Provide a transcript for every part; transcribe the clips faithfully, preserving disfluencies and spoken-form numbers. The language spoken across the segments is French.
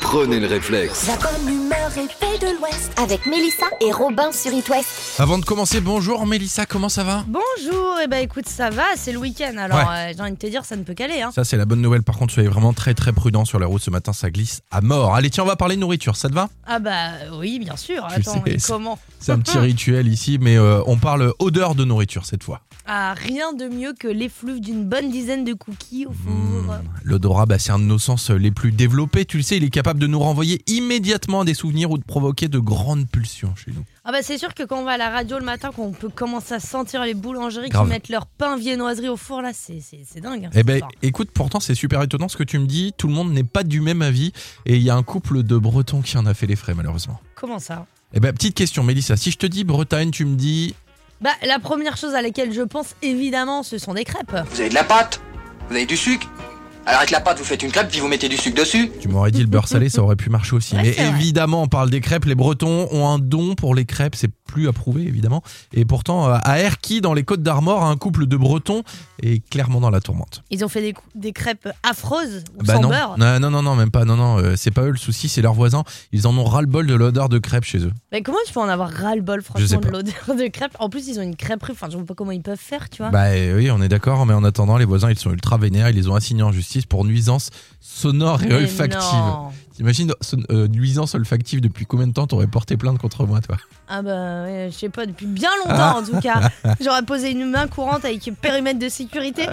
Prenez le réflexe. La bonne humeur est faite de l'Ouest avec Mélissa et Robin sur It West. Avant de commencer, bonjour Mélissa, comment ça va ? Bonjour, et eh ben écoute, ça va, c'est le week-end, alors ouais. euh, j'ai envie de te dire, ça ne peut qu'aller. Hein. Ça c'est la bonne nouvelle, par contre soyez vraiment très très prudents sur la route ce matin, ça glisse à mort. Allez tiens, on va parler de nourriture, ça te va ? Ah bah oui, bien sûr, tu attends, sais, et comment ? C'est un petit rituel ici, mais euh, on parle odeur de nourriture cette fois. Ah, rien de mieux que l'effluve d'une bonne dizaine de cookies au four. Mmh, l'odorat, bah, c'est un de nos sens les plus développés, tu le sais, il est capable de nous renvoyer immédiatement à des souvenirs ou de provoquer de grandes pulsions chez nous. Ah bah c'est sûr que quand on va à la radio le matin, qu'on peut commencer à sentir les boulangeries Grave. qui mettent leur pain viennoiserie au four, là, c'est, c'est, c'est dingue. Eh ben, écoute, pourtant c'est super étonnant ce que tu me dis, tout le monde n'est pas du même avis et il y a un couple de Bretons qui en a fait les frais malheureusement. Comment ça ? Eh ben, petite question Mélissa, si je te dis Bretagne, tu me dis... Bah la première chose à laquelle je pense évidemment, ce sont des crêpes. Vous avez de la pâte ? Vous avez du sucre ? Alors avec la pâte, vous faites une crêpe puis vous mettez du sucre dessus. Tu m'aurais dit le beurre salé, ça aurait pu marcher aussi. Ouais, mais évidemment, on parle des crêpes. Les Bretons ont un don pour les crêpes. C'est plus approuvé, évidemment. Et pourtant, à Erquy, dans les Côtes d'Armor, un couple de Bretons est clairement dans la tourmente. Ils ont fait des, des crêpes affreuses ou bah sans non. beurre. Non, non, non, non, même pas. Non, non, euh, c'est pas eux le souci, c'est leurs voisins. Ils en ont ras-le-bol de l'odeur de crêpes chez eux. Mais comment tu peux en avoir ras-le-bol, franchement, de l'odeur de crêpes ? En plus, ils ont une crêperie. Enfin, je vois pas comment ils peuvent faire, tu vois. Bah euh, oui, on est d'accord. Mais en attendant, les voisins, ils sont ultra vénères. Ils les ont assignés en justice pour nuisance sonore et Mais olfactive. non. T'imagines, euh, nuisance olfactive, depuis combien de temps t'aurais porté plainte contre moi, toi ? Ah bah ouais, je sais pas, depuis bien longtemps en tout cas. J'aurais posé une main courante avec périmètre de sécurité.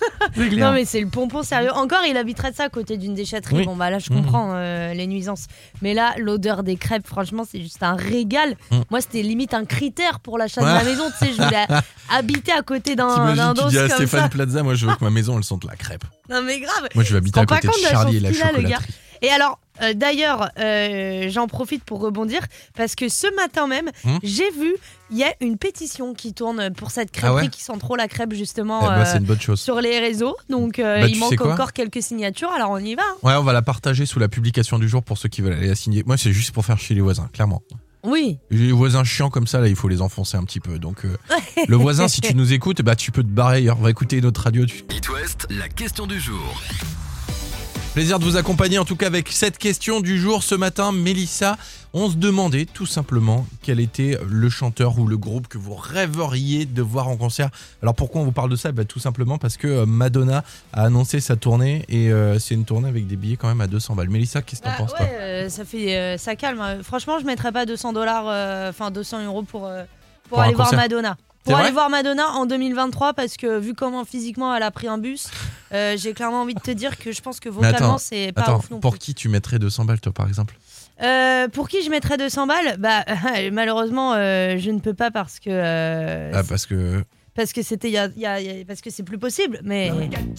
Non mais c'est le pompon sérieux. Encore il habiterait de ça à côté d'une déchetterie. Oui. Bon bah là je comprends mmh. euh, les nuisances. Mais là l'odeur des crêpes franchement c'est juste un régal. Mmh. Moi c'était limite un critère pour l'achat de ma maison. Tu sais je voulais habiter à côté d'un, d'un dos comme ça. Tu dis à Stéphane Plaza, moi je veux que ma maison elle sente la crêpe. Non mais grave. Moi je veux habiter à côté de Charlie et la chocolaterie. Et alors, euh, d'ailleurs, euh, j'en profite pour rebondir parce que ce matin même, mmh. j'ai vu, il y a une pétition qui tourne pour cette crêperie ah ouais qui sent trop la crêpe justement eh bah, c'est une bonne chose. Euh, sur les réseaux. Donc euh, bah, il manque encore quelques signatures, alors on y va. Hein. Ouais, on va la partager sous la publication du jour pour ceux qui veulent aller la signer. Moi, c'est juste pour faire chier les voisins, clairement. Oui. Les voisins chiants comme ça, là, il faut les enfoncer un petit peu. Donc, euh, le voisin, si tu nous écoutes, bah, tu peux te barrer ailleurs. On va écouter notre radio. It West, la question du jour. Plaisir de vous accompagner en tout cas avec cette question du jour ce matin. Mélissa, on se demandait tout simplement quel était le chanteur ou le groupe que vous rêveriez de voir en concert. Alors pourquoi on vous parle de ça ? Bah, tout simplement parce que Madonna a annoncé sa tournée et euh, c'est une tournée avec des billets quand même à deux cents balles. Mélissa, qu'est-ce que t'en bah, penses ouais, toi euh, ça fait euh, ça calme. Franchement, je mettrais pas deux cents dollars, enfin deux cents euros pour euh, pour, pour aller voir Madonna. Pour aller voir Madonna en deux mille vingt-trois parce que vu comment physiquement elle a pris un bus, euh, j'ai clairement envie de te dire que je pense que vocalement attends, c'est pas attends, ouf non plus. Pour qui tu mettrais deux cents balles toi par exemple ? Euh, pour qui je mettrais deux cents balles ? Bah euh, malheureusement euh, je ne peux pas parce que euh, ah parce que parce que c'était y a, y a, y a, parce que c'est plus possible mais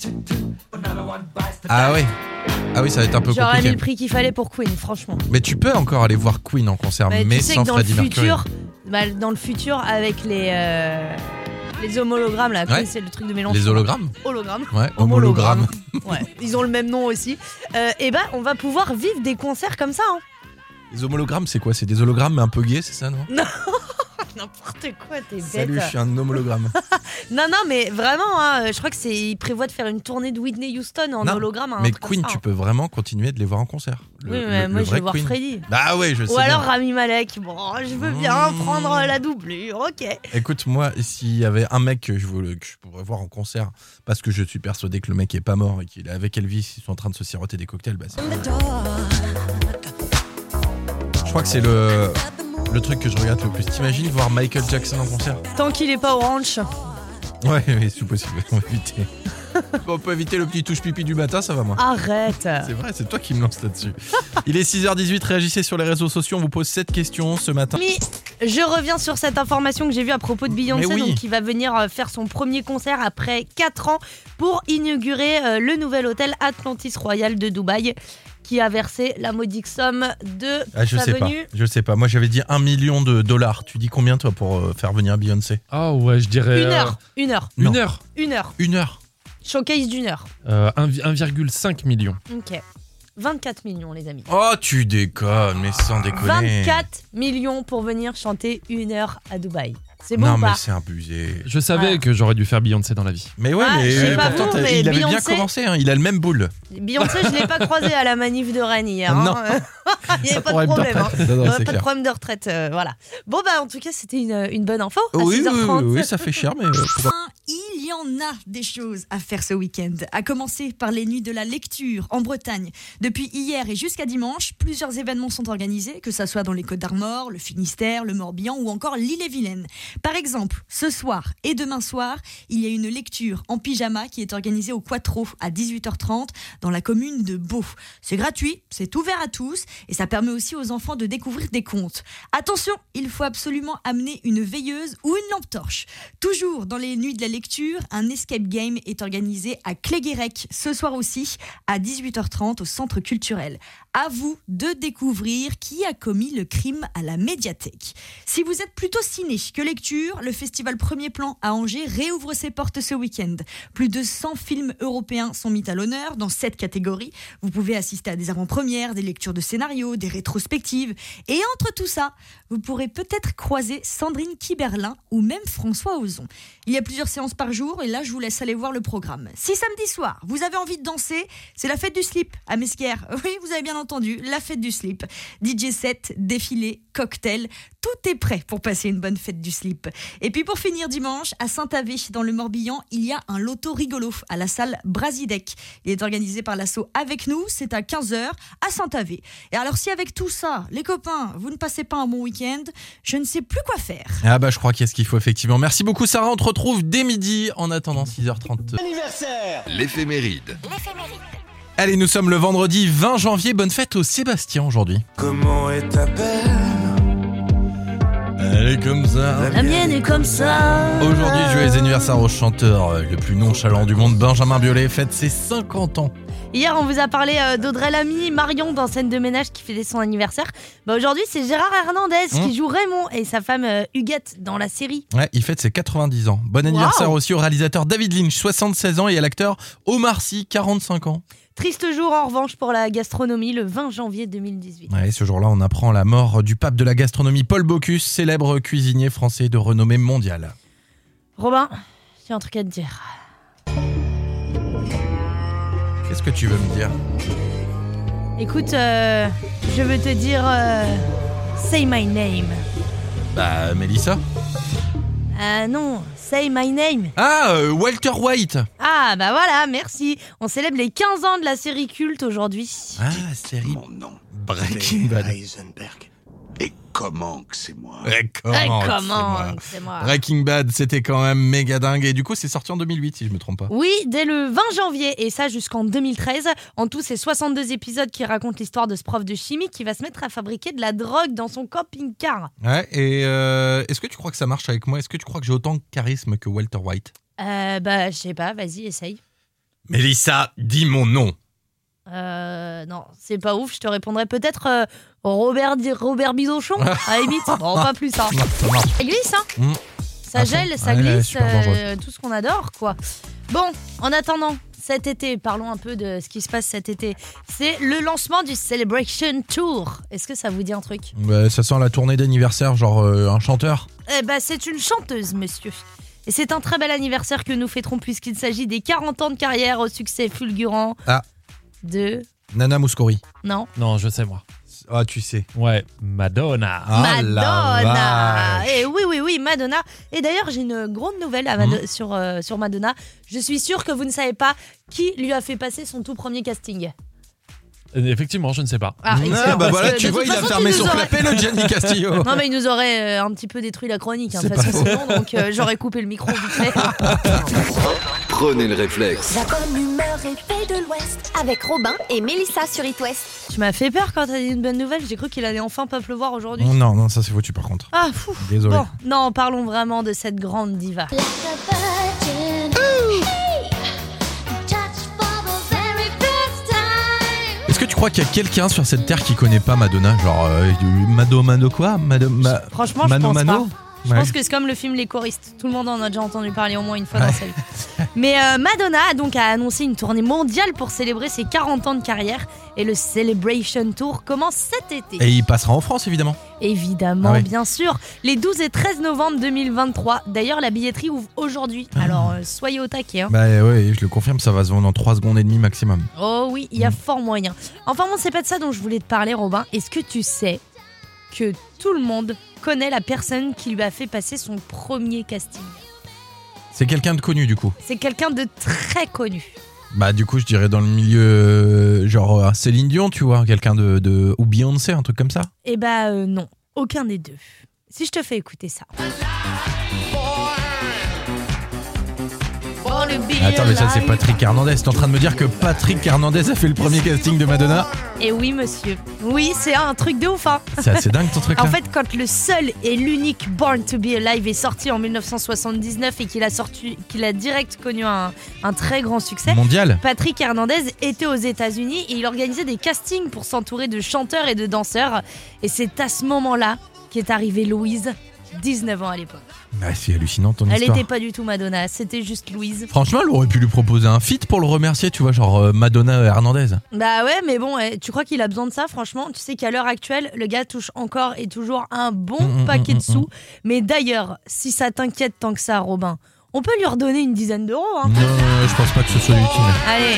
ah oui ah oui ça va être un peu j'aurais compliqué. Mis le prix qu'il fallait pour Queen franchement. Mais tu peux encore aller voir Queen en concert bah, mais tu sais sans que dans Freddie le Mercury. Futur, bah, dans le futur avec les euh, les homologrammes là, ouais. C'est le truc de Mélenchon. Les hologrammes. Hologrammes. Ouais, homologrammes. Ouais, ils ont le même nom aussi. Euh, et ben, bah, on va pouvoir vivre des concerts comme ça. Hein. Les homologrammes, c'est quoi ? C'est des hologrammes mais un peu gays, c'est ça, non ? Non, n'importe quoi, t'es bête. Salut, je suis un homologramme. Non, non, mais vraiment, hein, je crois que c'est, ils prévoient de faire une tournée de Whitney Houston en non, hologramme. Mais Queen, tu peux vraiment continuer de les voir en concert. Le, oui, mais le, moi le je veux voir Queen. Freddy. Bah ouais, je sais. Ou alors bien. Rami Malek. Bon, je veux bien mmh. prendre la doublure, ok. Écoute, moi, s'il y avait un mec que je, voulais, que je pourrais voir en concert, parce que je suis persuadé que le mec est pas mort et qu'il est avec Elvis, ils sont en train de se siroter des cocktails, bah c'est. Je crois que c'est le. Le truc que je regarde le plus. T'imagines voir Michael Jackson en concert ? Tant qu'il est pas au ranch. Ouais, mais c'est possible, on va éviter. On peut éviter le petit touche pipi du matin, ça va moi. Arrête. C'est vrai, c'est toi qui me lance là-dessus. Il est six heures dix-huit, réagissez sur les réseaux sociaux, on vous pose cette question ce matin. Mais je reviens sur cette information que j'ai vue à propos de Beyoncé, oui. donc qui va venir faire son premier concert après quatre ans pour inaugurer le nouvel hôtel Atlantis Royal de Dubaï. Qui a versé la modique somme de ah, je sa sais venue. Pas, je sais pas. Moi, j'avais dit un million de dollars. Tu dis combien, toi, pour euh, faire venir Beyoncé ? Ah ouais, je dirais... Une heure. Une heure. Une heure. Une heure. Une heure. Showcase d'une heure. Euh, un virgule cinq million. Ok. vingt-quatre millions, les amis. Oh, tu déconnes, mais sans déconner. vingt-quatre millions pour venir chanter une heure à Dubaï. C'est bon Non, ou mais pas? c'est abusé. Je savais Voilà. que j'aurais dû faire Beyoncé dans la vie. Mais ouais, Ah, mais, je sais pas pourtant, vous, t'as- mais il avait bien Beyoncé- commencé. Hein, il a le même boule. Beyoncé, je l'ai pas croisé à la manif de Rennes hier. Non. hein. Il n'y Ça avait pas de pourrait être problème. pas- hein. Non, non, Il n'y avait c'est pas de clair. problème de retraite. euh, voilà. Bon, bah, en tout cas, c'était une, une bonne info. À Oui, oui, six heures oui, trente. oui, ça fait cher, mais euh, pourquoi- Il y en a des choses à faire ce week-end, à commencer par les nuits de la lecture en Bretagne. Depuis hier et jusqu'à dimanche, plusieurs événements sont organisés, que ce soit dans les Côtes-d'Armor, le Finistère, le Morbihan ou encore l'Ille-et-Vilaine. Par exemple, ce soir et demain soir, il y a une lecture en pyjama qui est organisée au Quattro à dix-huit heures trente dans la commune de Beau. C'est gratuit, c'est ouvert à tous et ça permet aussi aux enfants de découvrir des contes. Attention, il faut absolument amener une veilleuse ou une lampe torche. Toujours dans les nuits de la lecture, un escape game est organisé à Cléguérec ce soir aussi à dix-huit heures trente au centre culturel. À vous de découvrir qui a commis le crime à la médiathèque. Si vous êtes plutôt ciné que lecture, le festival Premier Plan à Angers réouvre ses portes ce week-end. Plus de cent films européens sont mis à l'honneur dans sept catégories. Vous pouvez assister à des avant-premières, des lectures de scénarios, des rétrospectives. Et entre tout ça, vous pourrez peut-être croiser Sandrine Kiberlin ou même François Ozon. Il y a plusieurs séances par jour et là, je vous laisse aller voir le programme. Si samedi soir, vous avez envie de danser, c'est la fête du slip à Mesquer. Oui, vous avez bien entendu, la fête du slip. D J set, défilé, cocktail, tout est prêt pour passer une bonne fête du slip. Et puis pour finir dimanche, à Saint-Avé, dans le Morbihan, il y a un loto rigolo à la salle Brasidec. Il est organisé par l'asso Avec Nous, c'est à quinze heures à Saint-Avé. Et alors si avec tout ça, les copains, vous ne passez pas un bon week-end, je ne sais plus quoi faire. Ah bah je crois qu'il y a ce qu'il faut effectivement. Merci beaucoup Sarah, on te retrouve dès midi en attendant six heures trente. L'éphéméride. Allez, nous sommes le vendredi vingt janvier, bonne fête au Sébastien aujourd'hui. Comment est ta belle? Elle est comme ça. La mienne est comme ça. Aujourd'hui, joyeux anniversaire au chanteur le plus nonchalant du monde, Benjamin Biolay, fête ses cinquante ans. Hier, on vous a parlé euh, d'Audrey Lamy, Marion dans Scène de ménage qui fêtait son anniversaire. Bah, aujourd'hui, c'est Gérard Hernandez Mmh. qui joue Raymond et sa femme euh, Huguette dans la série. Ouais, il fête ses quatre-vingt-dix ans. Bon anniversaire Wow. aussi au réalisateur David Lynch, soixante-seize ans, et à l'acteur Omar Sy, quarante-cinq ans. Triste jour en revanche pour la gastronomie le vingt janvier deux mille dix-huit. Ouais, ce jour-là, on apprend la mort du pape de la gastronomie, Paul Bocuse, célèbre cuisinier français de renommée mondiale. Robin, j'ai un truc à te dire. Qu'est-ce que tu veux me dire? Écoute, euh, je veux te dire euh, Say my name. Bah, Mélissa. Ah non, Say my name. Ah, euh, Walter White. Ah bah voilà, merci. On célèbre les quinze ans de la série culte aujourd'hui. Ah, série Mon nom. Breaking Bad. Heisenberg. Et comment que c'est moi? Ouais, comment, Eh, c'est comment moi. c'est moi. Breaking Bad, c'était quand même méga dingue. Et du coup, c'est sorti en deux mille huit, si je me trompe pas. Oui, dès le vingt janvier, et ça jusqu'en deux mille treize. En tout, c'est soixante-deux épisodes qui racontent l'histoire de ce prof de chimie qui va se mettre à fabriquer de la drogue dans son camping-car. Ouais, et euh, est-ce que tu crois que ça marche avec moi? Est-ce que tu crois que j'ai autant de charisme que Walter White? Euh, bah, je sais pas, vas-y, essaye. Mélissa, dis mon nom. Euh, non, c'est pas ouf, je te répondrai peut-être euh, Robert, Robert Bidochon, à la limite. Bon, pas plus, hein. Non, ça marche. Ça glisse, hein Mm. Ça À gèle, fond. ça Ouais, glisse, super dangereux. euh, tout ce qu'on adore, quoi. Bon, en attendant, cet été, parlons un peu de ce qui se passe cet été. C'est le lancement du Celebration Tour. Est-ce que ça vous dit un truc? Ouais, ça sent la tournée d'anniversaire, genre euh, un chanteur. Eh ben, c'est une chanteuse, monsieur. Et c'est un très bel anniversaire que nous fêterons puisqu'il s'agit des quarante ans de carrière au succès fulgurant Ah. de... Nana Mouskouri. Non. Non, je sais moi. Ah, tu sais. Ouais, Madonna. Ah, la Madonna. vache. Et oui, oui, oui, Madonna. Et d'ailleurs, j'ai une grande nouvelle à Mado- sur, euh, sur Madonna. Je suis sûre que vous ne savez pas qui lui a fait passer son tout premier casting. Euh, Effectivement, je ne sais pas. Ah, Ah, excellent, bah parce voilà, que tu de vois, toute il a façon, fermé tu son nous aurais- clapet, le Gianni Castillo. Non, mais il nous aurait euh, un petit peu détruit la chronique, hein, C'est parce pas que faux. sinon, donc, euh, j'aurais coupé le micro vite fait. Prenez le réflexe. La bonne humeur est faite de l'Ouest avec Robin et Mélissa sur It West. Tu m'as fait peur quand t'as dit une bonne nouvelle. J'ai cru qu'il allait enfin pas pleuvoir aujourd'hui. Non, non, ça c'est foutu par contre. Ah, fou. Désolé. Bon, non, parlons vraiment de cette grande diva. Est-ce que tu crois qu'il y a quelqu'un sur cette terre qui connaît pas Madonna? Genre, euh, Mado Mano quoi? Mado, ma, Franchement, je Mano pense Mano pas. Je Ouais. pense que c'est comme le film Les choristes. Tout le monde en a déjà entendu parler au moins une fois dans sa vie. Mais euh, Madonna a donc a annoncé une tournée mondiale pour célébrer ses quarante ans de carrière. Et le Celebration Tour commence cet été. Et il passera en France, évidemment. Évidemment, Ah ouais. bien sûr. Les douze et treize novembre deux mille vingt-trois. D'ailleurs, la billetterie ouvre aujourd'hui. Alors, euh, soyez au taquet. Hein. Bah ouais, je le confirme, ça va se vendre en trois secondes et demie maximum. Oh oui, il y a fort moyen. Enfin bon, c'est pas de ça dont je voulais te parler, Robin. Est-ce que tu sais que tout le monde connaît la personne qui lui a fait passer son premier casting? C'est quelqu'un de connu, du coup. C'est quelqu'un de très connu. Bah du coup, je dirais dans le milieu, euh, genre euh, Céline Dion, tu vois, quelqu'un de, de... Ou Beyoncé, un truc comme ça. Eh bah euh, non, aucun des deux. Si je te fais écouter ça. Attends, mais ça c'est Patrick Hernandez. T'es en train de me dire que Patrick Hernandez a fait le premier casting de Madonna? Et oui, monsieur. Oui, c'est un truc de ouf, hein. C'est assez dingue ton truc là. En fait, quand le seul et l'unique Born to Be Alive est sorti en dix-neuf cent soixante-dix-neuf et qu'il a, sorti, qu'il a direct connu un, un très grand succès, Mondial. Patrick Hernandez était aux États-Unis et il organisait des castings pour s'entourer de chanteurs et de danseurs. Et c'est à ce moment-là qu'est arrivée Louise, dix-neuf ans à l'époque. Bah, c'est hallucinant ton Elle histoire. n'était pas du tout Madonna, c'était juste Louise. Franchement, elle aurait pu lui proposer un feat pour le remercier, tu vois, genre euh, Madonna et Hernandez. Bah ouais, mais bon, eh, tu crois qu'il a besoin de ça, franchement? Tu sais qu'à l'heure actuelle, le gars touche encore et toujours un bon Mmh, paquet mmh, de sous. Mais d'ailleurs, si ça t'inquiète tant que ça, Robin, on peut lui redonner une dizaine d'euros, hein. Non, je pense pas que ce soit utile. Allez,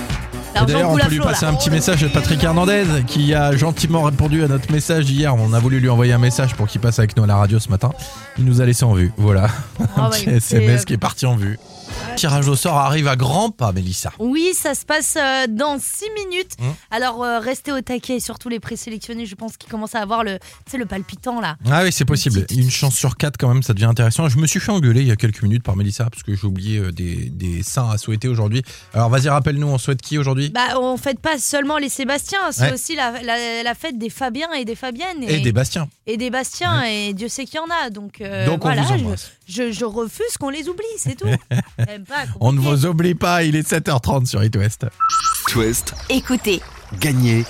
Et l'argent d'ailleurs, on coule peut à lui flot, passer là. un petit message à Patrick Hernandez qui a gentiment répondu à notre message hier. On a voulu lui envoyer un message pour qu'il passe avec nous à la radio ce matin. Il nous a laissé en vue. Voilà. Ah Un ouais, petit S M S c'est- qui est parti en vue. Tirage au sort arrive à grands pas, Mélissa. Oui, ça se passe euh, dans six minutes. Mmh. Alors, euh, restez au taquet, surtout les présélectionnés, je pense qu'ils commencent à avoir le, tu sais, le palpitant, là. Ah oui, c'est possible. Une chance sur quatre quand même, ça devient intéressant. Je me suis fait engueuler il y a quelques minutes par Mélissa parce que j'ai oublié euh, des, des saints à souhaiter aujourd'hui. Alors vas-y, rappelle-nous, on souhaite qui aujourd'hui? Bah, on fête pas seulement les Sébastiens, c'est Ouais. aussi la, la, la fête des Fabiens et des Fabiennes. Et des Bastiens. et des Bastiens, et Dieu sait qu'il y en a. Donc, euh, Donc on voilà, vous embrasse. je, je, je refuse qu'on les oublie, c'est tout. J'aime pas On ne compliqué. vous oublie pas, il est sept heures trente sur It West. Twist, Écoutez, gagner,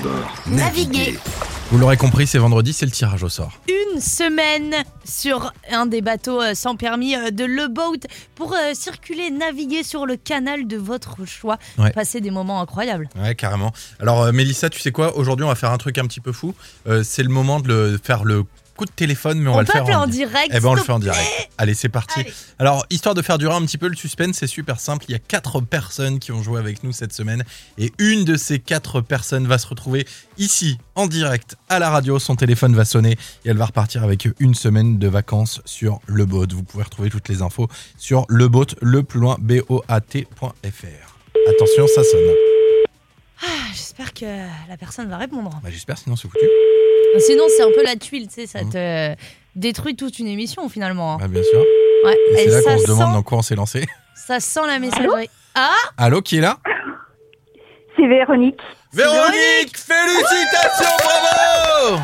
naviguez. Vous l'aurez compris, c'est vendredi, c'est le tirage au sort. Une semaine sur un des bateaux euh, sans permis euh, de Le Boat pour euh, circuler, naviguer sur le canal de votre choix, Ouais. passer des moments incroyables. Ouais, carrément. Alors euh, Mélissa, tu sais quoi? Aujourd'hui, on va faire un truc un petit peu fou. Euh, c'est le moment de le, faire le coup de téléphone, mais on, On va peut le faire appeler en en direct. Eh ben on le s'il fait en te plaît. direct. Allez, c'est parti. Allez. Alors, histoire de faire durer un petit peu le suspense, c'est super simple. Il y a quatre personnes qui ont joué avec nous cette semaine. Et une de ces quatre personnes va se retrouver ici, en direct, à la radio. Son téléphone va sonner et elle va repartir avec une semaine de vacances sur Le Boat. Vous pouvez retrouver toutes les infos sur Le Boat, le plus loin, B O A T point F R. Attention, ça sonne. Ah, j'espère que la personne va répondre. Bah, j'espère, sinon c'est foutu. Sinon, c'est un peu la tuile, tu sais, ça Mhm. te détruit toute une émission finalement. hein. Bah, bien sûr. Ouais. Et c'est Et là ça qu'on se sent- demande dans quoi on s'est lancé. Ça sent la messagerie. Ah, Allô, qui est là? C'est Véronique. Véronique, félicitations, bravo!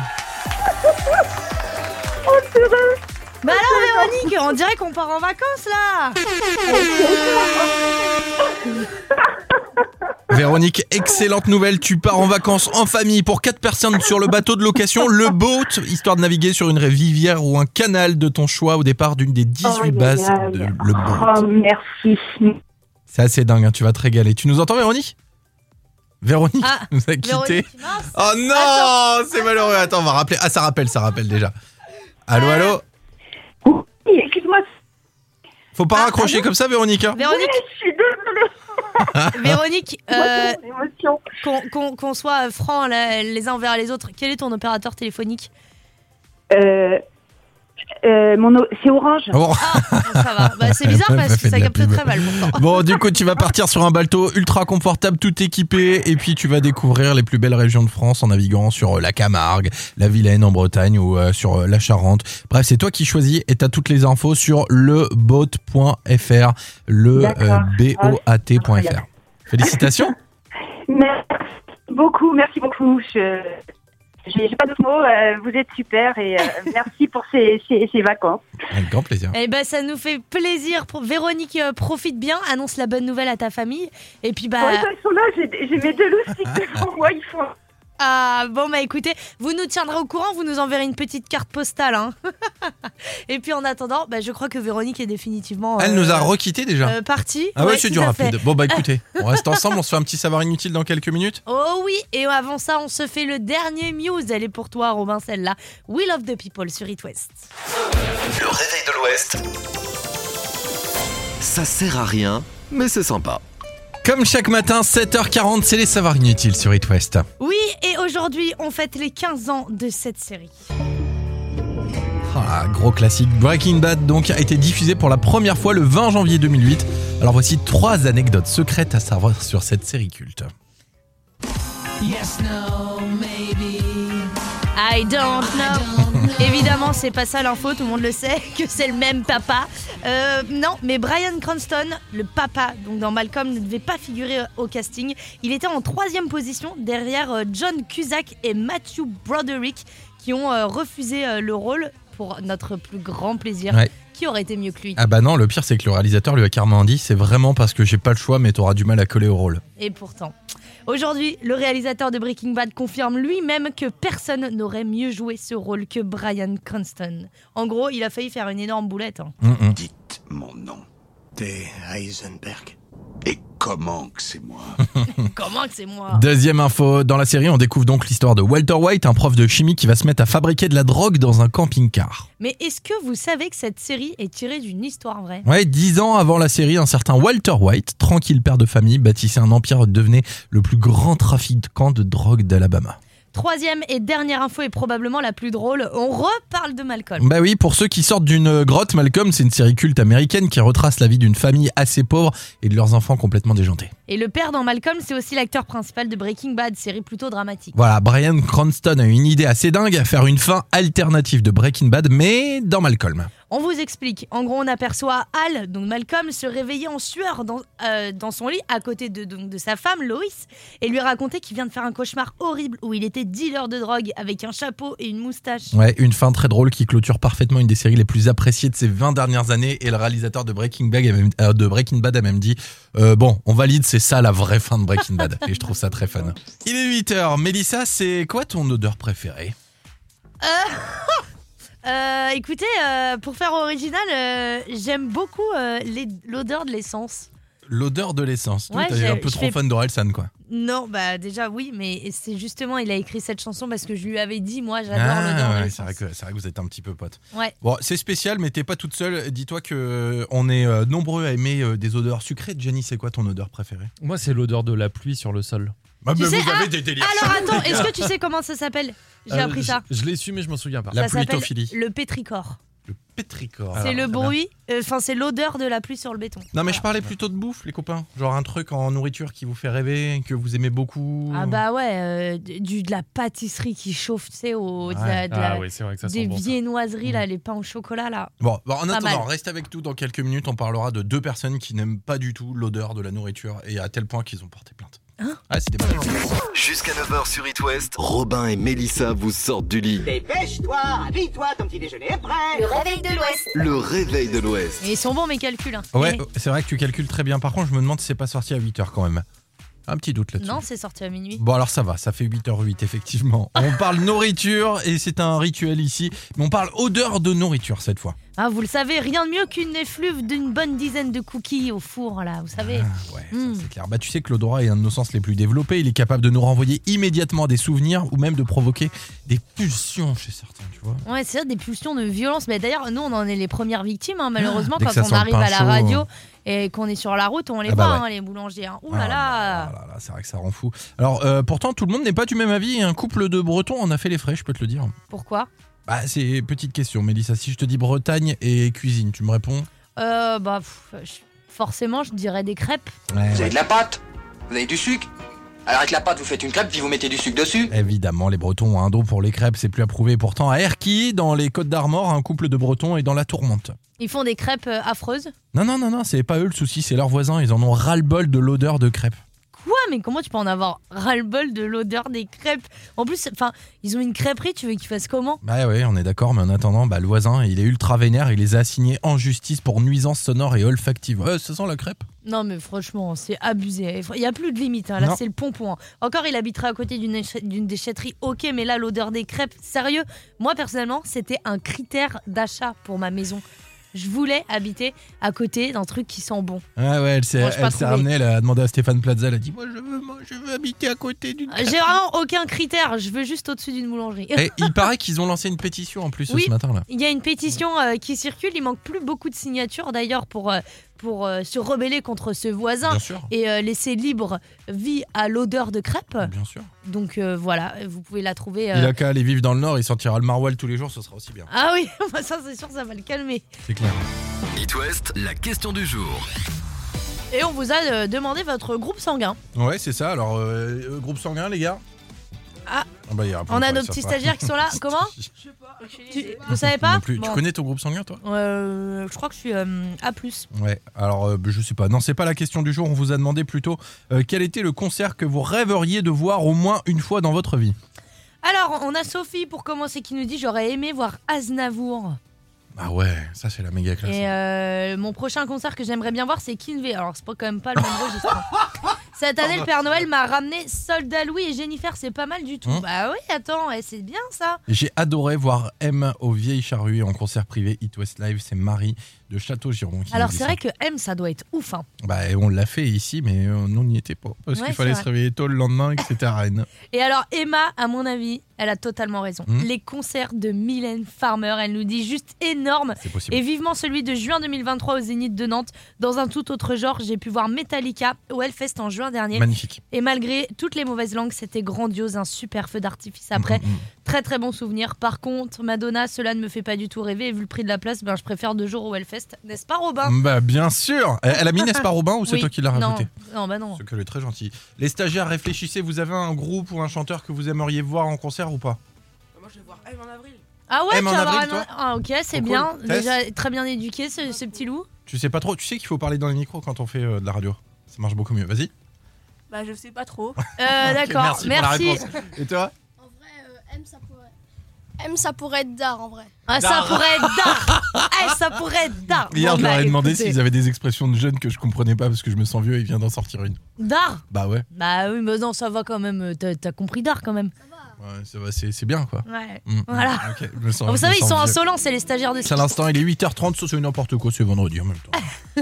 bah alors Véronique, on dirait qu'on part en vacances là. Véronique, excellente nouvelle, tu pars en vacances en famille pour quatre personnes sur le bateau de location, le Boat, histoire de naviguer sur une rivière ou un canal de ton choix au départ d'une des dix-huit Oh, bases génial. de le Boat. Oh, merci. C'est assez dingue, hein, tu vas te régaler. Tu nous entends, Véronique? Véronique Ah, nous a quittés. Véronique, mince. Oh non, c'est malheureux. Attends, on va rappeler. Ah, ça rappelle, ça rappelle déjà. Allô, allô? Oui, excuse-moi, Faut pas Ah, raccrocher allô comme ça, Véronique, hein? Véronique, je suis désolée. Véronique, euh, Émotion, émotion. qu'on qu'on- qu'on soit francs là, les uns envers les autres, quel est ton opérateur téléphonique? Euh, euh, mon o- c'est Orange. Oh. Ah, ça va. Bah, c'est bizarre Elle m'a parce fait que ça de la capte pub. très mal pourtant. Bon, du coup, tu vas partir sur un bateau ultra confortable, tout équipé, et puis tu vas découvrir les plus belles régions de France en naviguant sur euh, la Camargue, la Vilaine en Bretagne ou euh, sur euh, la Charente. Bref, c'est toi qui choisis et t'as toutes les infos sur le boat point F R, le D'accord. euh, B O A T point F R. Félicitations. Merci beaucoup, merci beaucoup. Je j'ai j'ai pas d'autres mots. euh, vous êtes super et euh, merci pour ces, ces, ces vacances. Avec grand plaisir. Eh ben, ça nous fait plaisir. Pour Véronique, euh, profite bien, annonce la bonne nouvelle à ta famille. Et puis, bah, Ouais, ils sont là, j'ai j'ai mes deux loustiques devant moi, ils font. Ah bon bah écoutez, vous nous tiendrez au courant, vous nous enverrez une petite carte postale. Hein. Et puis en attendant, bah, je crois que Véronique est définitivement... Elle euh, nous a requitté déjà euh, partie. Ah ouais, Ouais, c'est tout du à rapide. fait. Bon bah écoutez, on reste ensemble, on se fait un petit savoir inutile dans quelques minutes. Oh oui, et avant ça, on se fait le dernier Muse. Elle est pour toi, Robin, celle-là. We Love the People sur It West. Le réveil de l'Ouest. Ça sert à rien, mais c'est sympa. Comme chaque matin, sept heures quarante, c'est les savoirs inutiles sur It West. Oui, et aujourd'hui, on fête les quinze ans de cette série. Ah, gros classique. Breaking Bad donc a été diffusé pour la première fois le vingt janvier deux mille huit. Alors voici trois anecdotes secrètes à savoir sur cette série culte. Yes, no, maybe. I don't know. Évidemment, c'est pas ça l'info, tout le monde le sait, que c'est le même papa. Euh, non, mais Bryan Cranston, le papa, donc dans Malcolm, ne devait pas figurer au casting. Il était en troisième position derrière John Cusack et Matthew Broderick, qui ont euh, refusé euh, le rôle pour notre plus grand plaisir. Ouais. Qui aurait été mieux que lui? Ah bah non, le pire c'est que le réalisateur lui a carrément dit c'est vraiment parce que j'ai pas le choix mais t'auras du mal à coller au rôle. Et pourtant, aujourd'hui, le réalisateur de Breaking Bad confirme lui-même que personne n'aurait mieux joué ce rôle que Bryan Cranston. En gros, il a failli faire une énorme boulette. Hein. Mm-mm. Dites mon nom. T. Heisenberg. Et comment que c'est moi? Comment que c'est moi? Deuxième info, dans la série on découvre donc l'histoire de Walter White, un prof de chimie qui va se mettre à fabriquer de la drogue dans un camping-car. Mais est-ce que vous savez que cette série est tirée d'une histoire vraie? Ouais, dix ans avant la série, un certain Walter White, tranquille père de famille, bâtissait un empire et devenait le plus grand trafiquant de drogue d'Alabama. Troisième et dernière info est probablement la plus drôle, on reparle de Malcolm. Bah oui, pour ceux qui sortent d'une grotte, Malcolm, c'est une série culte américaine qui retrace la vie d'une famille assez pauvre et de leurs enfants complètement déjantés. Et le père dans Malcolm, c'est aussi l'acteur principal de Breaking Bad, série plutôt dramatique. Voilà, Bryan Cranston a une idée assez dingue à faire une fin alternative de Breaking Bad, mais dans Malcolm. On vous explique. En gros, on aperçoit Hal, donc Malcolm, se réveiller en sueur dans, euh, dans son lit à côté de, donc, de sa femme, Lois, et lui raconter qu'il vient de faire un cauchemar horrible où il était dealer de drogue avec un chapeau et une moustache. Ouais, une fin très drôle qui clôture parfaitement une des séries les plus appréciées de ces vingt dernières années, et le réalisateur de Breaking Bad a même, euh, de Breaking Bad a même dit euh, bon, on valide, c'est ça la vraie fin de Breaking Bad. Et je trouve ça très fun. Il est huit heures. Mélissa, c'est quoi ton odeur préférée? Euh... Euh, écoutez, euh, pour faire original, euh, j'aime beaucoup euh, les, l'odeur de l'essence. L'odeur de l'essence. Ouais, Toi, t'es un peu trop fais... fan d'Orelsan, quoi. Non, bah déjà oui, mais c'est justement, il a écrit cette chanson parce que je lui avais dit, moi j'adore ah, l'odeur ouais, de l'essence. C'est vrai, que, c'est vrai que vous êtes un petit peu potes. Ouais. Bon, c'est spécial, mais t'es pas toute seule. Dis-toi qu'on est euh, nombreux à aimer euh, des odeurs sucrées. Jenny, c'est quoi ton odeur préférée? Moi, c'est l'odeur de la pluie sur le sol. Bah, Tu mais sais, vous avez ah, des délires. Alors attends, est-ce que tu sais comment ça s'appelle? J'ai Euh, appris je- ça. Je l'ai su, mais je m'en souviens pas. La Ça s'appelle plutophilie. le pétrichor. Le pétrichor. C'est Alors, le très bien. bruit, enfin c'est l'odeur de la pluie sur le béton. Non, mais je parlais plutôt de bouffe, les copains. Genre un truc en nourriture qui vous fait rêver, que vous aimez beaucoup. Ah bah ouais, euh, du, de la pâtisserie qui chauffe, tu sais, au, de la- de Ah la- oui, c'est vrai que ça des sent bon. ça. viennoiseries, là, les pains au chocolat, là. Bon, bah, en Pas attendant, mal. reste avec nous dans quelques minutes. On parlera de deux personnes qui n'aiment pas du tout l'odeur de la nourriture et à tel point qu'ils ont porté plainte. Hein Ah, c'est des malades. Jusqu'à neuf heures sur It West, Robin et Mélissa vous sortent du lit. Dépêche-toi, habille-toi, ton petit déjeuner est prêt. Le réveil de l'Ouest. Le réveil de l'Ouest. Et ils sont bons mes calculs. Hein. Ouais, Eh, c'est vrai que tu calcules très bien. Par contre, je me demande si c'est pas sorti à huit heures quand même. Un petit doute là-dessus. Non, c'est sorti à minuit. Bon alors ça va, ça fait huit heures huit effectivement. On parle nourriture et c'est un rituel ici, mais on parle odeur de nourriture cette fois. Ah, vous le savez, rien de mieux qu'une effluve d'une bonne dizaine de cookies au four, là, vous savez. Ah, ouais, Mm. ça, c'est clair. Bah tu sais que l'odorat est un de nos sens les plus développés, il est capable de nous renvoyer immédiatement des souvenirs ou même de provoquer des pulsions chez certains, tu vois. Ouais, c'est des pulsions de violence. Mais d'ailleurs, nous, on en est les premières victimes, hein, malheureusement, Dès que quand ça on sent le arrive pain à la chaud. radio et qu'on est sur la route, on les Ah bah voit, ouais. hein, les boulangers. Hein. Ouh Ah là là. là là là, c'est vrai que ça rend fou. Alors euh, pourtant tout le monde n'est pas du même avis, un couple de Bretons en a fait les frais, je peux te le dire. Pourquoi? Bah c'est petite question Mélissa, si je te dis Bretagne et cuisine, tu me réponds? Euh, bah, pff, je- forcément, je dirais des crêpes. Ouais, Vous ouais. avez de la pâte? Vous avez du sucre? Alors avec la pâte, vous faites une crêpe, puis vous mettez du sucre dessus. Évidemment, les Bretons ont un don pour les crêpes, c'est plus approuvé. Pourtant, à Erquy, dans les Côtes d'Armor, un couple de Bretons est dans la tourmente. Ils font des crêpes euh, affreuses. Non, non, non, non, c'est pas eux le souci, c'est leurs voisins. Ils en ont ras-le-bol de l'odeur de crêpes. Quoi? mais comment tu peux en avoir ras-le-bol de l'odeur des crêpes? En plus, enfin, ils ont une crêperie, tu veux qu'ils fassent comment? Bah ouais, on est d'accord, mais en attendant, bah, le voisin, il est ultra vénère, il les a assignés en justice pour nuisance sonore et olfactive. Ouais, ça sent la crêpe. Non mais franchement, c'est abusé. Il n'y a plus de limite, hein. Là Non. c'est le pompon. Encore il habiterait à côté d'une, éche- d'une déchetterie, ok, mais là l'odeur des crêpes, sérieux? Moi personnellement, c'était un critère d'achat pour ma maison. Je voulais habiter à côté d'un truc qui sent bon. Ah ouais, elle s'est, Bon, j'ai pas elle s'est trouvé. ramenée, elle a demandé à Stéphane Plaza, elle a dit moi je veux, moi, je veux habiter à côté d'une crêpe. J'ai vraiment aucun critère, je veux juste au-dessus d'une boulangerie. Et il paraît qu'ils ont lancé une pétition en plus Oui. ce matin là. Il y a une pétition euh, qui circule, il manque plus beaucoup de signatures d'ailleurs pour, euh, pour euh, se rebeller contre ce voisin Bien sûr. et euh, laisser libre vie à l'odeur de crêpes. Bien sûr. Donc euh, voilà, vous pouvez la trouver. euh, Il a qu'à aller vivre dans le Nord, il sentira le maroilles tous les jours, ce sera aussi bien. Ah oui, bah ça c'est sûr, ça va le calmer. C'est clair. It West, la question du jour. Et on vous a euh, demandé votre groupe sanguin. Ouais, c'est ça. Alors, euh, euh, groupe sanguin, les gars. Ah, Ah bah, il répond on pas, a ils nos savent petits pas. stagiaires qui sont là. Comment? Tu, Vous savez Moi pas non plus. Bon. Tu connais ton groupe sanguin, toi? Euh, Je crois que je suis euh, A plus. Ouais, alors euh, je sais pas. Non, c'est pas la question du jour. On vous a demandé plutôt euh, quel était le concert que vous rêveriez de voir au moins une fois dans votre vie. Alors, on a Sophie pour commencer qui nous dit j'aurais aimé voir Aznavour. Ah ouais, ça c'est la méga classe. Et euh, mon prochain concert que j'aimerais bien voir, c'est Kinvey. Alors, c'est pas quand même pas le même registre. hein. Cette année, le Père Noël m'a ramené Soldat Louis et Jennifer. C'est pas mal du tout. Hein Bah oui, attends, eh, c'est bien ça. J'ai adoré voir M au Vieilles Charrues en concert privé It West Live. C'est Marie de Château-Giron qui Alors, nous dit c'est ça. vrai que M, ça doit être ouf. Hein. Bah, on l'a fait ici, mais euh, nous on n'y était pas. Parce Ouais, qu'il c'est fallait vrai. se réveiller tôt le lendemain et que c'était à Rennes. Et alors, Emma, à mon avis, elle a totalement raison. Hmm. Les concerts de Mylène Farmer, elle nous dit juste énorme. C'est possible. Et vivement celui de juin deux mille vingt-trois au Zénith de Nantes. Dans un tout autre genre, j'ai pu voir Metallica au Hellfest en juin dernier. Magnifique. Et malgré toutes les mauvaises langues, c'était grandiose, un super feu d'artifice après. Mm, mm, mm. Très très bon souvenir. Par contre, Madonna, cela ne me fait pas du tout rêver. Et vu le prix de la place, ben, je préfère deux jours au Hellfest. N'est-ce pas, Robin? Bah, bien sûr. Elle elle a mis N'est-ce pas Robin ou c'est Oui. toi qui l'as Non. rajouté? Non, bah non. C'est qu'elle est très gentille. Les stagiaires, réfléchissez, vous avez un groupe ou un chanteur que vous aimeriez voir en concert ou pas? Moi je vais voir M en avril. Ah ouais, M en tu vas avril, avoir un- toi Ah ok, c'est Trop bien. cool. Tess Déjà très bien éduqué ce, ce petit loup. Tu sais pas trop, tu sais qu'il faut parler dans les micros quand on fait euh, de la radio. Ça marche beaucoup mieux. Vas-y. Bah je sais pas trop. Euh, D'accord, merci. pour la merci. réponse. Et toi? En vrai, euh, M, ça pourrait... M, ça pourrait être d'art, en vrai. Ah, ça Dar. pourrait être d'art. Eh, ça pourrait être d'art. Hier, Bon, je leur bah, ai demandé écoutez. s'ils avaient des expressions de jeunes que je comprenais pas parce que je me sens vieux et il vient d'en sortir une. D'art. Bah ouais. Bah oui, mais non, ça va quand même. T'as t'as compris d'art quand même. Ouais, ça va, c'est c'est bien quoi. Ouais. Mm, mm, Voilà. ok, je me sens- Vous je savez, me ils sens sont vieux. insolents, c'est les stagiaires de À l'instant, il est huit heures trente, ça c'est n'importe quoi, c'est vendredi en même temps.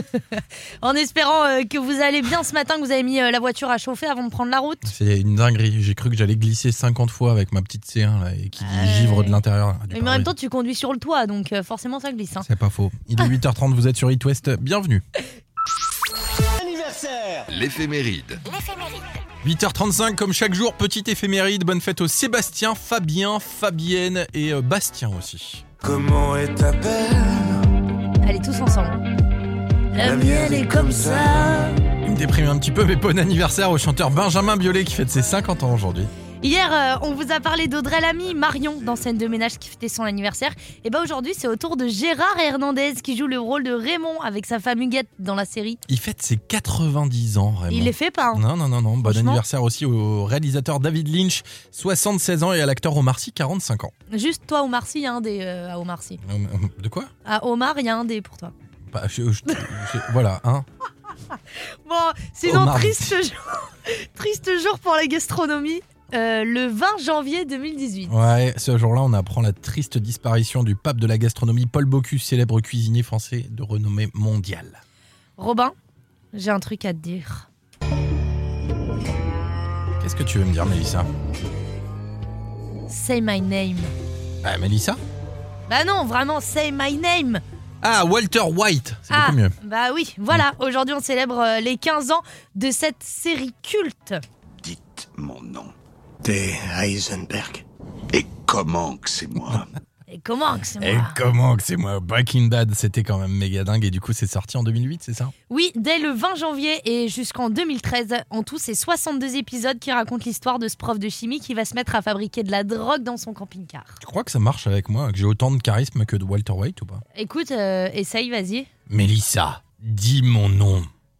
En espérant euh, que vous allez bien ce matin, que vous avez mis euh, la voiture à chauffer avant de prendre la route. C'est une dinguerie. J'ai cru que j'allais glisser cinquante fois avec ma petite C un là, et qui givre de l'intérieur. là, du Mais en pare-brise. même temps, tu conduis sur le toit, donc euh, forcément ça glisse. hein. C'est pas faux. Il est huit heures trente, vous êtes sur It West. Bienvenue. Anniversaire. L'éphéméride. huit heures trente-cinq, comme chaque jour, petite éphéméride. Bonne fête aux Sébastien, Fabien, Fabienne et euh, Bastien aussi. Comment est ta belle? Allez, tous ensemble. La mienne est comme ça. Il me déprime un petit peu, mais bon anniversaire au chanteur Benjamin Biolay qui fête ses cinquante ans aujourd'hui. Hier, euh, on vous a parlé d'Audrey Lamy, Marion dans Scène de ménage qui fêtait son anniversaire. Et bah aujourd'hui, c'est au tour de Gérard Hernandez qui joue le rôle de Raymond avec sa femme Huguette dans la série. Il fête ses quatre-vingt-dix ans, Raymond. Il les fait pas. hein. Non, non, non, non. Bon Franchement. anniversaire aussi au réalisateur David Lynch, soixante-seize ans, et à l'acteur Omar Sy, quarante-cinq ans. Juste toi, Omar Sy, il y a un dé euh, à Omar Sy. Euh, De quoi? À Omar, il y a un dé pour toi. Bah, je- je- je- Voilà, hein. Bon, sinon, Omar triste jour. triste jour pour la gastronomie. Euh, le vingt janvier deux mille dix-huit. Ouais, ce jour-là, on apprend la triste disparition du pape de la gastronomie, Paul Bocuse, célèbre cuisinier français de renommée mondiale. Robin, j'ai un truc à te dire. Qu'est-ce que tu veux me dire, Mélissa? Say my name. Ah, Mélissa? Bah non, vraiment, say my name. Ah, Walter White, c'est Ah, beaucoup mieux. bah oui, voilà. Aujourd'hui, on célèbre euh, les quinze ans de cette série culte. Dites mon nom. T. Heisenberg. Et comment que c'est moi? Et comment que c'est Et moi comment que c'est moi? Breaking Bad, c'était quand même méga dingue, et du coup, c'est sorti en deux mille huit, c'est ça? Oui, dès le vingt janvier et jusqu'en deux mille treize. En tout, c'est soixante-deux épisodes qui racontent l'histoire de ce prof de chimie qui va se mettre à fabriquer de la drogue dans son camping-car. Tu crois que ça marche avec moi, que j'ai autant de charisme que de Walter White ou pas? Écoute, euh, essaye, vas-y. Mélissa, dis mon nom.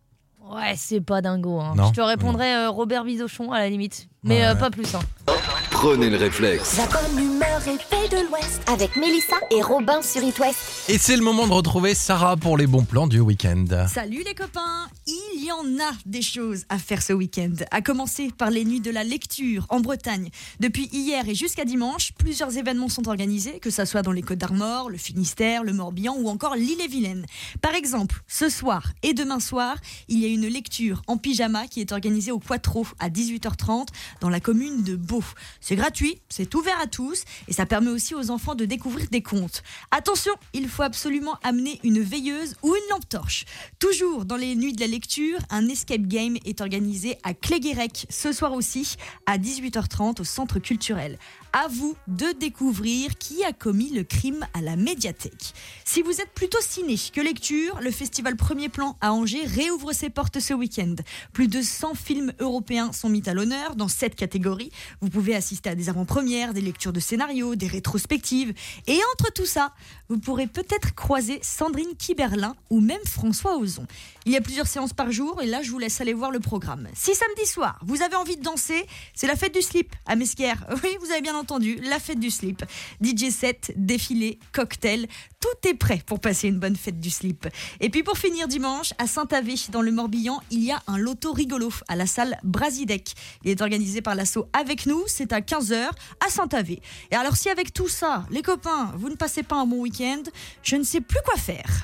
Ouais, c'est pas dingo. Hein. Non. Je te répondrais euh, Robert Bisochon à la limite. Mais Ouais, euh, ouais. pas plus. Hein. Prenez le réflexe. La bonne humeur et paix de l'Ouest avec Mélissa et Robin sur It West. Et c'est le moment de retrouver Sarah pour les bons plans du week-end. Salut les copains, il y en a des choses à faire ce week-end. À commencer par les nuits de la lecture en Bretagne. Depuis hier et jusqu'à dimanche, plusieurs événements sont organisés, que ça soit dans les Côtes d'Armor, le Finistère, le Morbihan ou encore l'Ille-et-Vilaine. Par exemple, ce soir et demain soir, il y a une lecture en pyjama qui est organisée au Quattro à dix-huit heures trente dans la commune de Beau. C'est gratuit, c'est ouvert à tous et ça permet aussi aux enfants de découvrir des contes. Attention, il faut absolument amener une veilleuse ou une lampe torche. Toujours dans les nuits de la lecture, un escape game est organisé à Cléguérec ce soir aussi à dix-huit heures trente au centre culturel. À vous de découvrir qui a commis le crime à la médiathèque. Si vous êtes plutôt ciné que lecture, le festival Premier Plan à Angers réouvre ses portes ce week-end. Plus de cent films européens sont mis à l'honneur dans sept catégories. Vous pouvez assister à des avant-premières, des lectures de scénarios, des rétrospectives. Et entre tout ça, vous pourrez peut-être croiser Sandrine Kiberlin ou même François Ozon. Il y a plusieurs séances par jour et là, je vous laisse aller voir le programme. Si samedi soir, vous avez envie de danser, c'est la fête du slip à Mesquer. Oui, vous avez bien entendu, la fête du slip. D J set, défilé, cocktail, tout est prêt pour passer une bonne fête du slip. Et puis pour finir dimanche, à Saint-Avé, dans le Morbihan, il y a un loto rigolo à la salle Brasidec. Il est organisé par l'asso Avec Nous, c'est à quinze heures à Saint-Avé. Et alors si avec tout ça, les copains, vous ne passez pas un bon week-end, je ne sais plus quoi faire.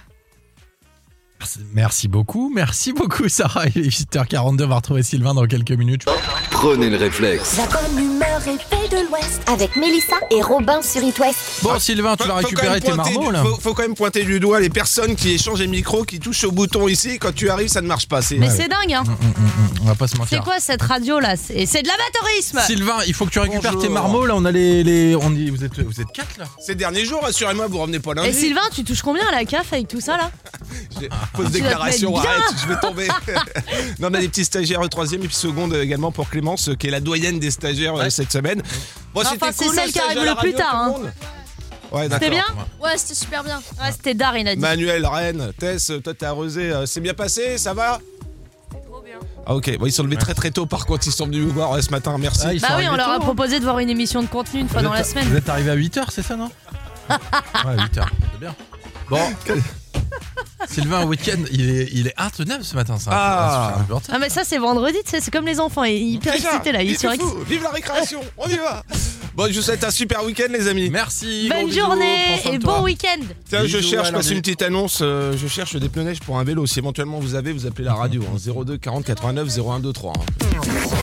Merci beaucoup, merci beaucoup Sarah. Il est huit heures quarante-deux, on va retrouver Sylvain dans quelques minutes. Prenez le réflexe. La bonne humeur et paix de l'Ouest avec Mélissa et Robin sur It West. Bon Sylvain, tu Faut- vas faut récupérer quand tes même pointer marmots du- là. faut, faut quand même pointer du doigt les personnes qui échangent les micros, qui touchent au bouton ici. Quand tu arrives, ça ne marche pas. C'est... Mais c'est dingue, hein. On va pas se C'est mentir. quoi cette radio là? C'est c'est de l'amateurisme. Sylvain, il faut que tu récupères Bonjour. tes marmots là. On a les, les on dit vous êtes vous êtes quatre là. Ces derniers jours, rassurez-moi, vous revenez pas lundi. Et Sylvain, tu touches combien à la C A F avec tout ça là? J'ai- Fausse Tu déclaration, vas te mettre arrête, je vais tomber. Non, on a des petits stagiaires de troisième et puis seconde également pour Clémence, qui est la doyenne des stagiaires euh, cette semaine. Bon, Enfin, c'était c'est cool, celle le qui stage arrive à la le plus radio, tard, tout le hein. monde Ouais, C'était d'accord. bien? Ouais, c'était super bien. Ouais, c'était Dar, il a dit. Manuel, Rennes, Tess, toi t'es arrosé, euh, c'est bien passé, ça va? Trop bien. Ah ok, bon, ils sont levés très très tôt par contre, ils sont venus nous voir euh, ce matin, merci. Ah, ils sont Bah oui, on arrivés leur a tôt, hein. proposé de voir une émission de contenu une fois Vous dans êtes- la semaine. Vous êtes arrivé à huit heures, c'est ça non? Ouais, huit heures, c'est bien. Bon. Sylvain, week-end, il est, il est intenable ce matin, ça. Ah. Ça fait longtemps. Ah mais ça c'est vendredi, tu sais, c'est comme les enfants, ils sont hyper Déjà, excités là, ils il sont est fou, vive la récréation, on y va. Bon, je vous souhaite un super week-end les amis. Merci. gros Bonne bisous, journée prends soin de et toi. bon week-end. Tiens, je Bisous, cherche, à je passe lundi. une petite annonce, euh, je cherche des pneus neige pour un vélo. Si éventuellement vous avez, vous appelez la radio, hein, zéro deux quarante quatre-vingt-neuf zéro un deux trois. hein.